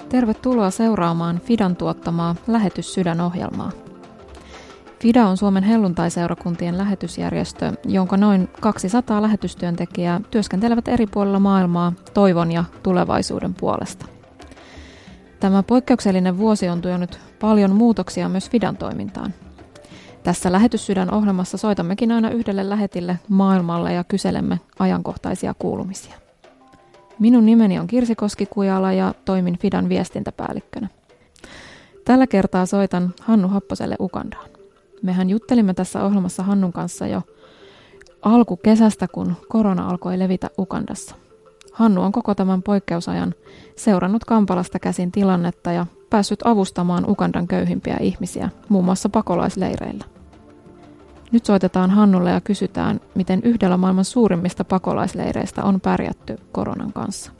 Tervetuloa seuraamaan Fidan tuottamaa Lähetyssydän-ohjelmaa. Fida on Suomen helluntaiseurakuntien lähetysjärjestö, jonka noin 200 lähetystyöntekijää työskentelevät eri puolilla maailmaa toivon ja tulevaisuuden puolesta. Tämä poikkeuksellinen vuosi on tuonut paljon muutoksia myös Fidan toimintaan. Tässä Lähetyssydän-ohjelmassa soitammekin aina yhdelle lähetille maailmalle ja kyselemme ajankohtaisia kuulumisia. Minun nimeni on Kirsi Koski-Kujala ja toimin Fidan viestintäpäällikkönä. Tällä kertaa soitan Hannu Happoselle Ugandaan. Mehän juttelimme tässä ohjelmassa Hannun kanssa jo alkukesästä, kun korona alkoi levitä Ugandassa. Hannu on koko tämän poikkeusajan seurannut Kampalasta käsin tilannetta ja päässyt avustamaan Ugandan köyhimpiä ihmisiä, muun muassa pakolaisleireillä. Nyt soitetaan Hannulle ja kysytään, miten yhdellä maailman suurimmista pakolaisleireistä on pärjätty koronan kanssa.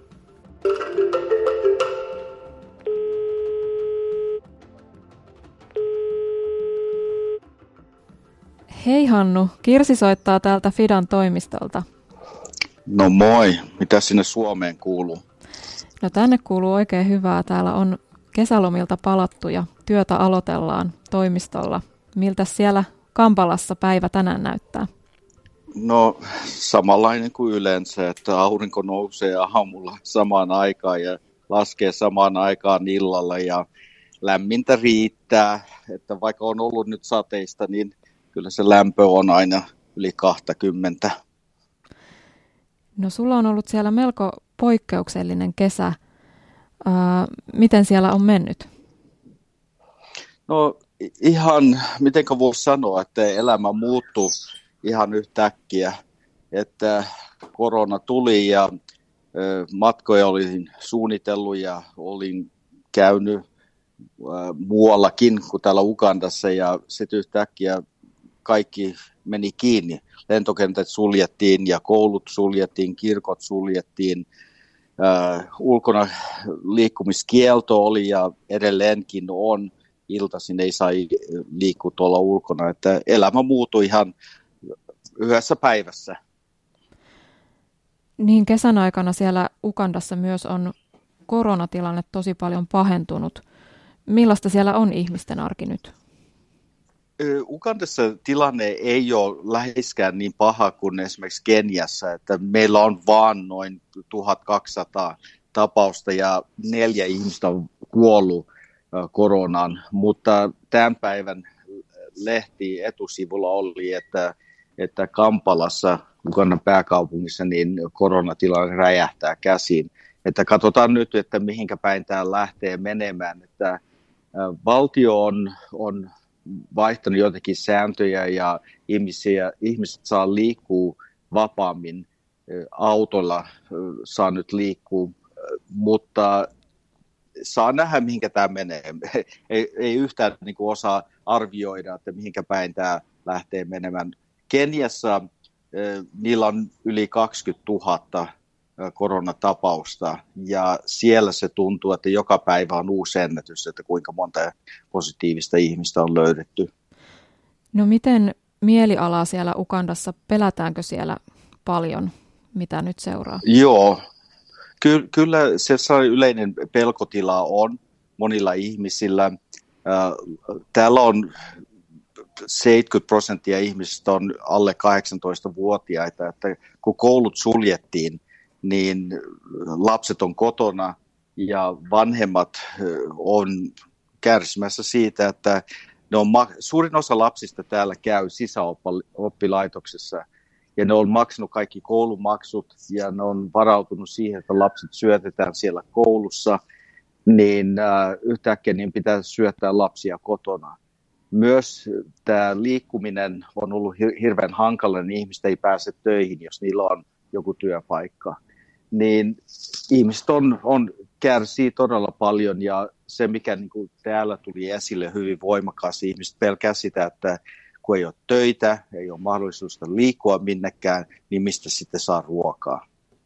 Hei Hannu, Kirsi soittaa täältä Fidan toimistolta. No moi, mitä sinne Suomeen kuuluu? No tänne kuuluu oikein hyvää. Täällä on kesälomilta palattu ja työtä aloitellaan toimistolla. Miltä siellä Kampalassa päivä tänään näyttää? No samanlainen kuin yleensä, että aurinko nousee aamulla samaan aikaan ja laskee samaan aikaan illalla ja lämmintä riittää. Että vaikka on ollut nyt sateista, niin kyllä se lämpö on aina yli 20. No sulla on ollut siellä melko poikkeuksellinen kesä. Miten siellä on mennyt? No ihan, mitenkä voisi sanoa, että elämä muuttui ihan yhtäkkiä, että korona tuli ja matkoja olin suunnitellut ja olin käynyt muuallakin kuin täällä Ugandassa ja sitten yhtäkkiä kaikki meni kiinni. Lentokentät suljettiin ja koulut suljettiin, kirkot suljettiin, ulkona liikkumiskielto oli ja edelleenkin on. Iltaisin ei saa liikkua tuolla ulkona, että elämä muutui ihan yhdessä päivässä. Niin kesän aikana siellä Ugandassa myös on koronatilanne tosi paljon pahentunut. Millaista siellä on ihmisten arki nyt? Ugandassa tilanne ei ole läheskään niin paha kuin esimerkiksi Keniassa, että meillä on vaan noin 1200 tapausta ja 4 ihmistä on kuollut koronaan, mutta tämän päivän lehti etusivulla oli, että Kampalassa, Ugandan pääkaupungissa, niin koronatilanne räjähtää käsiin. Että katsotaan nyt, että mihinkä päin tämä lähtee menemään, että valtio on vaihtanut jotenkin sääntöjä ja ihmiset saa liikkua vapaammin, autolla saa nyt liikkua, mutta saa nähdä, mihinkä tämä menee. Ei yhtään niin kuin osaa arvioida, että mihinkä päin tämä lähtee menemään. Keniassa niillä on yli 20 000 koronatapausta ja siellä se tuntuu, että joka päivä on uusi ennätys, että kuinka monta positiivista ihmistä on löydetty. No miten mielialaa siellä Ugandassa, pelätäänkö siellä paljon, mitä nyt seuraa? Joo, kyllä se yleinen pelkotila on monilla ihmisillä. Täällä on 70% ihmisistä on alle 18-vuotiaita, että kun koulut suljettiin, niin lapset on kotona ja vanhemmat on kärsimässä siitä, että suurin osa lapsista täällä käy sisäoppilaitoksessa ja ne on maksanut kaikki koulumaksut ja ne on varautunut siihen, että lapset syötetään siellä koulussa, niin yhtäkkiä niin pitää syöttää lapsia kotona. Myös tämä liikkuminen on ollut hirveän hankala, niin ihmiset ei pääse töihin, jos niillä on joku työpaikka. Niin ihmiset kärsii todella paljon ja se, mikä niin kuin täällä tuli esille hyvin voimakkaasti, ihmiset pelkää sitä, että kun ei ole töitä, ei ole mahdollisuutta liikkua minnekään, niin mistä sitten saa ruokaa.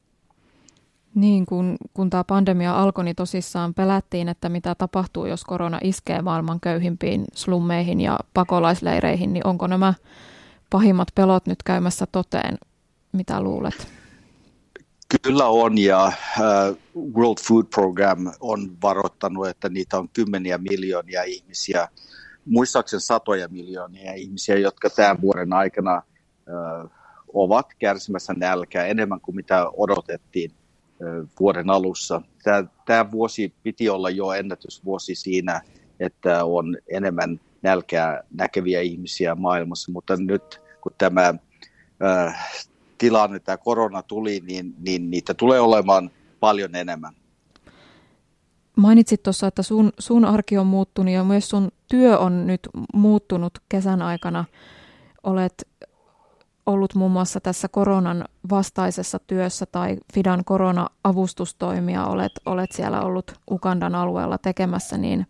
Niin, kun tämä pandemia alkoi, niin tosissaan pelättiin, että mitä tapahtuu, jos korona iskee maailman köyhimpiin slummeihin ja pakolaisleireihin, niin onko nämä pahimmat pelot nyt käymässä toteen? Mitä luulet? Kyllä on, ja World Food Program on varoittanut, että niitä on kymmeniä miljoonia ihmisiä, muistaakseni satoja miljoonia ihmisiä, jotka tämän vuoden aikana ovat kärsimässä nälkää enemmän kuin mitä odotettiin vuoden alussa. Tämä vuosi piti olla jo ennätysvuosi siinä, että on enemmän nälkää näkeviä ihmisiä maailmassa, mutta nyt kun tämä tilanne, tämä korona tuli, niin niitä tulee olemaan paljon enemmän. Mainitsit tuossa, että sun arki on muuttunut ja myös sun työ on nyt muuttunut kesän aikana. Olet ollut muun muassa tässä koronan vastaisessa työssä tai Fidan korona-avustustoimia, olet siellä ollut Ugandan alueella tekemässä, niin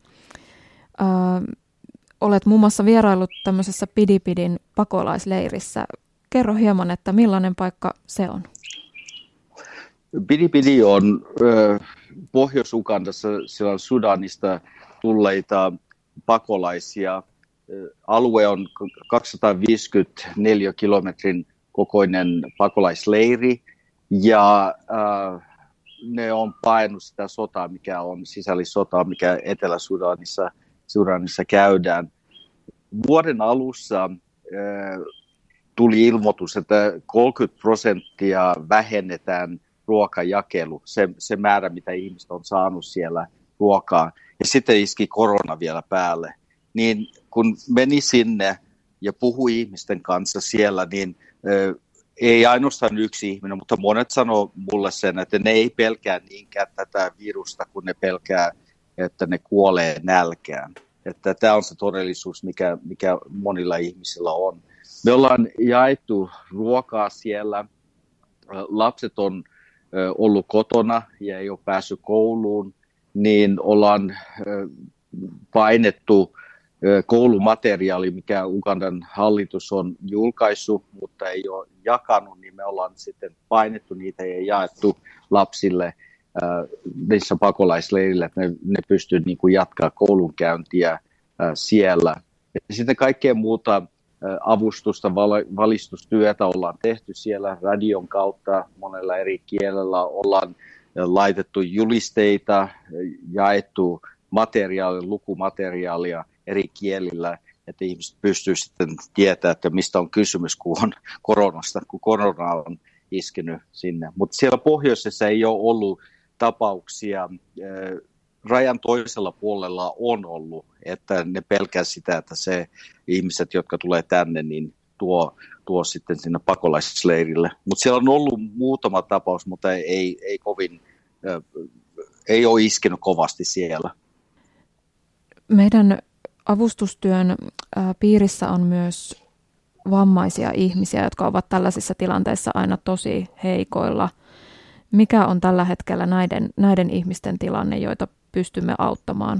olet muun muassa vieraillut tämmöisessä Pidipidin pakolaisleirissä. Kerro hieman, että millainen paikka se on? Pidipidi on Pohjois-Ugandassa, siellä on Sudanista tulleita pakolaisia. Alue on 254 kilometrin kokoinen pakolaisleiri ja ne on paennut sitä sotaa, mikä on sisällissotaa, mikä Etelä-Sudanissa käydään. Vuoden alussa tuli ilmoitus, että 30% vähennetään ruokajakelu, se määrä, mitä ihmiset on saanut siellä ruokaa. Ja sitten iski korona vielä päälle. Niin kun meni sinne ja puhui ihmisten kanssa siellä, niin ei ainoastaan yksi ihminen, mutta monet sanoo mulle sen, että ne ei pelkää niinkään tätä virusta, kun ne pelkää, että ne kuolee nälkään. Että tämä on se todellisuus, mikä monilla ihmisillä on. Me ollaan jaettu ruokaa siellä. Lapset on ollut kotona ja ei ole päässyt kouluun, niin ollaan painettu koulumateriaali, mikä Ugandan hallitus on julkaissut, mutta ei ole jakanut, niin me ollaan sitten painettu niitä ja jaettu lapsille niissä pakolaisleirillä, että ne pystyvät niin kuin jatkaa koulunkäyntiä siellä. Ja sitten kaikkea muuta avustusta, valistustyötä ollaan tehty siellä radion kautta, monella eri kielellä ollaan laitettu julisteita, jaettu lukumateriaalia eri kielillä, että ihmiset pystyvät sitten tietämään, että mistä on kysymys, kun on koronasta, kun korona on iskenyt sinne. Mutta siellä pohjoisessa ei ole ollut tapauksia. Rajan toisella puolella on ollut, että ne pelkää sitä, että se ihmiset, jotka tulee tänne, niin tuo sitten sinne pakolaisleirille. Mutta siellä on ollut muutama tapaus, mutta ei ole iskenyt kovasti siellä. Meidän avustustyön piirissä on myös vammaisia ihmisiä, jotka ovat tällaisissa tilanteissa aina tosi heikoilla. Mikä on tällä hetkellä näiden ihmisten tilanne, joita pystymme auttamaan?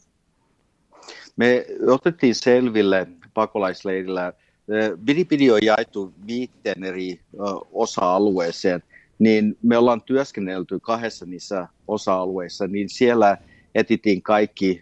Me otettiin selville pakolaisleirillä. Pidi on jaettu 5 eri osa-alueeseen, niin me ollaan työskennelty 2 niissä osa-alueissa, niin siellä etsittiin kaikki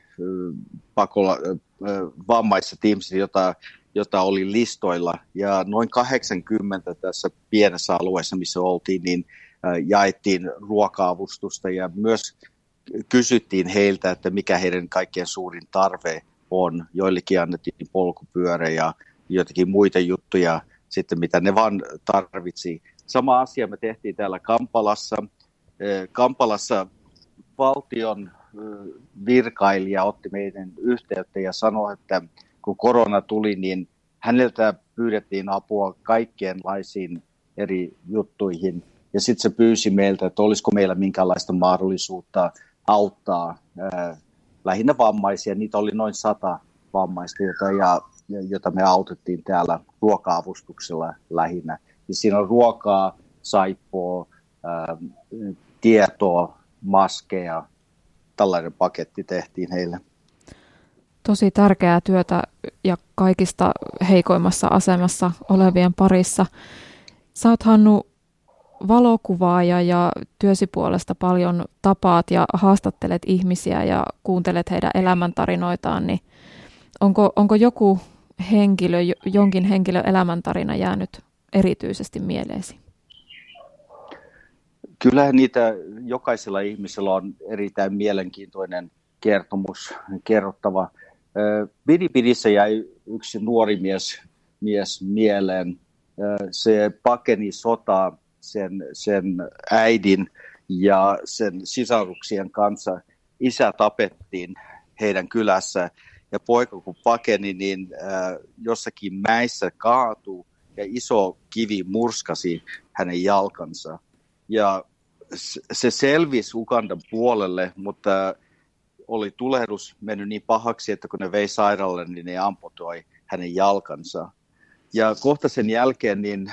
vammaiset ihmiset, jota oli listoilla, ja noin 80 tässä pienessä alueessa, missä oltiin, niin jaettiin ruoka-avustusta ja myös kysyttiin heiltä, että mikä heidän kaikkein suurin tarve on. Joillekin annettiin polkupyörä ja jotakin muita juttuja, sitten mitä ne vaan tarvitsi. Sama asia me tehtiin täällä Kampalassa. Kampalassa valtion virkailija otti meidän yhteyttä ja sanoi, että kun korona tuli, niin häneltä pyydettiin apua kaikkienlaisiin eri juttuihin. Ja sitten se pyysi meiltä, että olisiko meillä minkäänlaista mahdollisuutta auttaa lähinnä vammaisia. Niitä oli noin 100 vammaista, jota me autettiin täällä ruoka-avustuksella lähinnä. Ja siinä on ruokaa, saippuaa, tietoa, maskeja. Tällainen paketti tehtiin heille. Tosi tärkeää työtä ja kaikista heikoimmassa asemassa olevien parissa. Sä oot, Hannu, valokuvaaja ja työsi puolesta paljon tapaat ja haastattelet ihmisiä ja kuuntelet heidän elämäntarinoitaan, niin onko joku henkilö, jonkin henkilön elämäntarina jäänyt erityisesti mieleesi? Kyllähän niitä jokaisella ihmisellä on erittäin mielenkiintoinen kertomus kerrottava. Winnipegissa jäi yksi nuori mies mieleen. Se pakeni sotaa sen äidin ja sen sisaruksien kanssa. Isä tapettiin heidän kylässä ja poika kun pakeni, niin jossakin mäissä kaatui ja iso kivi murskasi hänen jalkansa. Ja se selvisi Ugandan puolelle, mutta oli tulehdus mennyt niin pahaksi, että kun ne vei sairaalalle, niin ne amputoi hänen jalkansa. Ja kohta sen jälkeen niin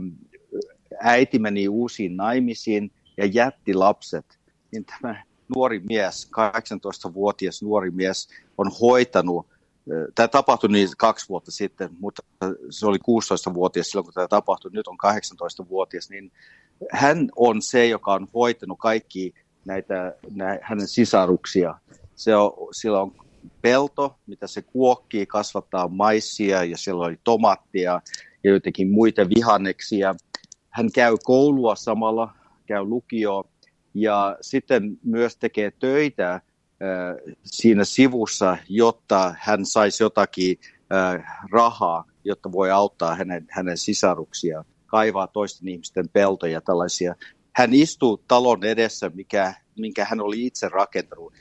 äiti meni uusiin naimisiin ja jätti lapset. Niin tämä nuori mies, 18-vuotias nuori mies, on hoitanut, tämä tapahtui niin 2 vuotta sitten, mutta se oli 16-vuotias silloin, kun tämä tapahtui, nyt on 18-vuotias, niin hän on se, joka on hoitanut kaikki näitä hänen sisaruksia. Sillä on pelto, mitä se kuokkii, kasvattaa maissia ja siellä oli tomaattia ja jotenkin muita vihanneksia. Hän käy koulua samalla, käy lukioon ja sitten myös tekee töitä siinä sivussa, jotta hän saisi jotakin rahaa, jotta voi auttaa hänen sisaruksiaan, kaivaa toisten ihmisten peltoja tällaisia. Hän istuu talon edessä, minkä hän oli itse rakentanut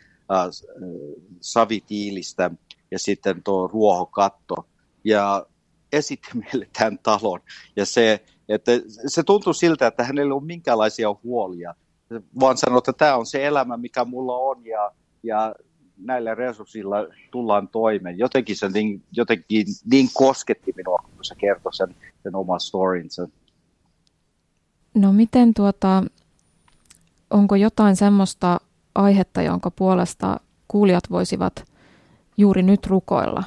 savitiilistä ja sitten tuo ruohokatto ja esitti meille tämän talon. Ja se tuntui siltä, että hänellä ei ole minkäänlaisia huolia, vaan sanoi, että tämä on se elämä, mikä mulla on ja näillä resurssilla tullaan toimeen. Jotenkin se niin kosketti minua, kun se kertoi sen oman storinsa. No miten onko jotain semmoista aihetta, jonka puolesta kuulijat voisivat juuri nyt rukoilla?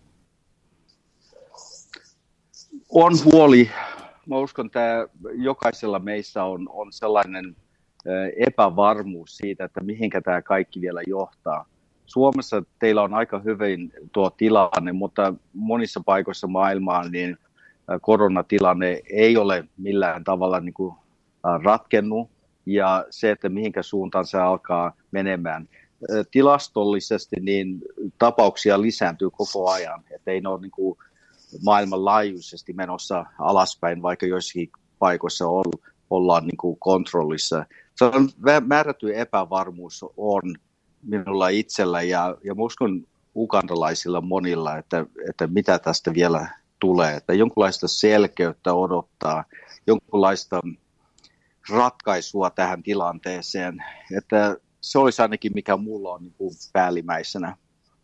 On huoli. Mä uskon, että jokaisella meissä on sellainen epävarmuus siitä, että mihinkä tämä kaikki vielä johtaa. Suomessa teillä on aika hyvin tuo tilanne, mutta monissa paikoissa maailmaa niin koronatilanne ei ole millään tavalla niin kuin ratkennut ja se, että mihinkä suuntaan se alkaa menemään. Tilastollisesti niin tapauksia lisääntyy koko ajan, että ei ne ole niin kuin maailmanlaajuisesti menossa alaspäin, vaikka joissakin paikoissa ollaan niin kuin kontrollissa. Se on määrätty epävarmuus on minulla itsellä ja uskon ugandalaisilla monilla, että mitä tästä vielä tulee, että jonkinlaista selkeyttä odottaa, jonkinlaista ratkaisua tähän tilanteeseen, että se olisi ainakin mikä mulla on niin kuin päällimmäisenä.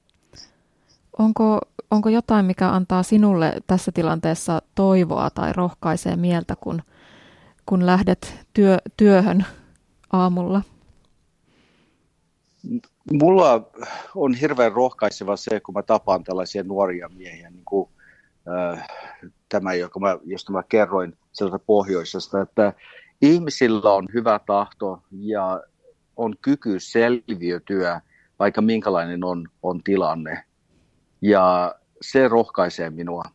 Onko jotain, mikä antaa sinulle tässä tilanteessa toivoa tai rohkaisee mieltä, kun lähdet työhön aamulla? Mulla on hirveän rohkaiseva se, kun mä tapaan tällaisia nuoria miehiä, niin kuin tämä, josta mä kerroin sieltä pohjoisesta, että ihmisillä on hyvä tahto ja on kyky selviytyä, vaikka minkälainen on tilanne. Ja se rohkaisee minua.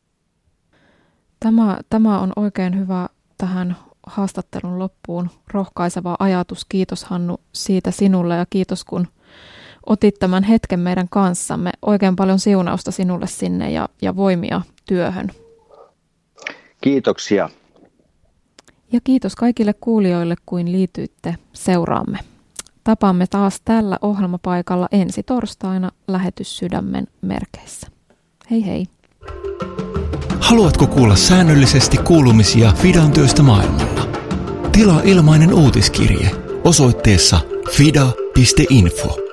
Tämä on oikein hyvä tähän haastattelun loppuun rohkaiseva ajatus. Kiitos Hannu siitä sinulle ja kiitos kun otit tämän hetken meidän kanssamme. Oikein paljon siunausta sinulle sinne ja voimia työhön. Kiitoksia. Ja kiitos kaikille kuulijoille, kuin liityitte seuraamme. Tapaamme taas tällä ohjelmapaikalla ensi torstaina Lähetyssydämen merkeissä. Hei hei! Haluatko kuulla säännöllisesti kuulumisia Fidan työstä maailmalla? Tilaa ilmainen uutiskirje osoitteessa fida.info.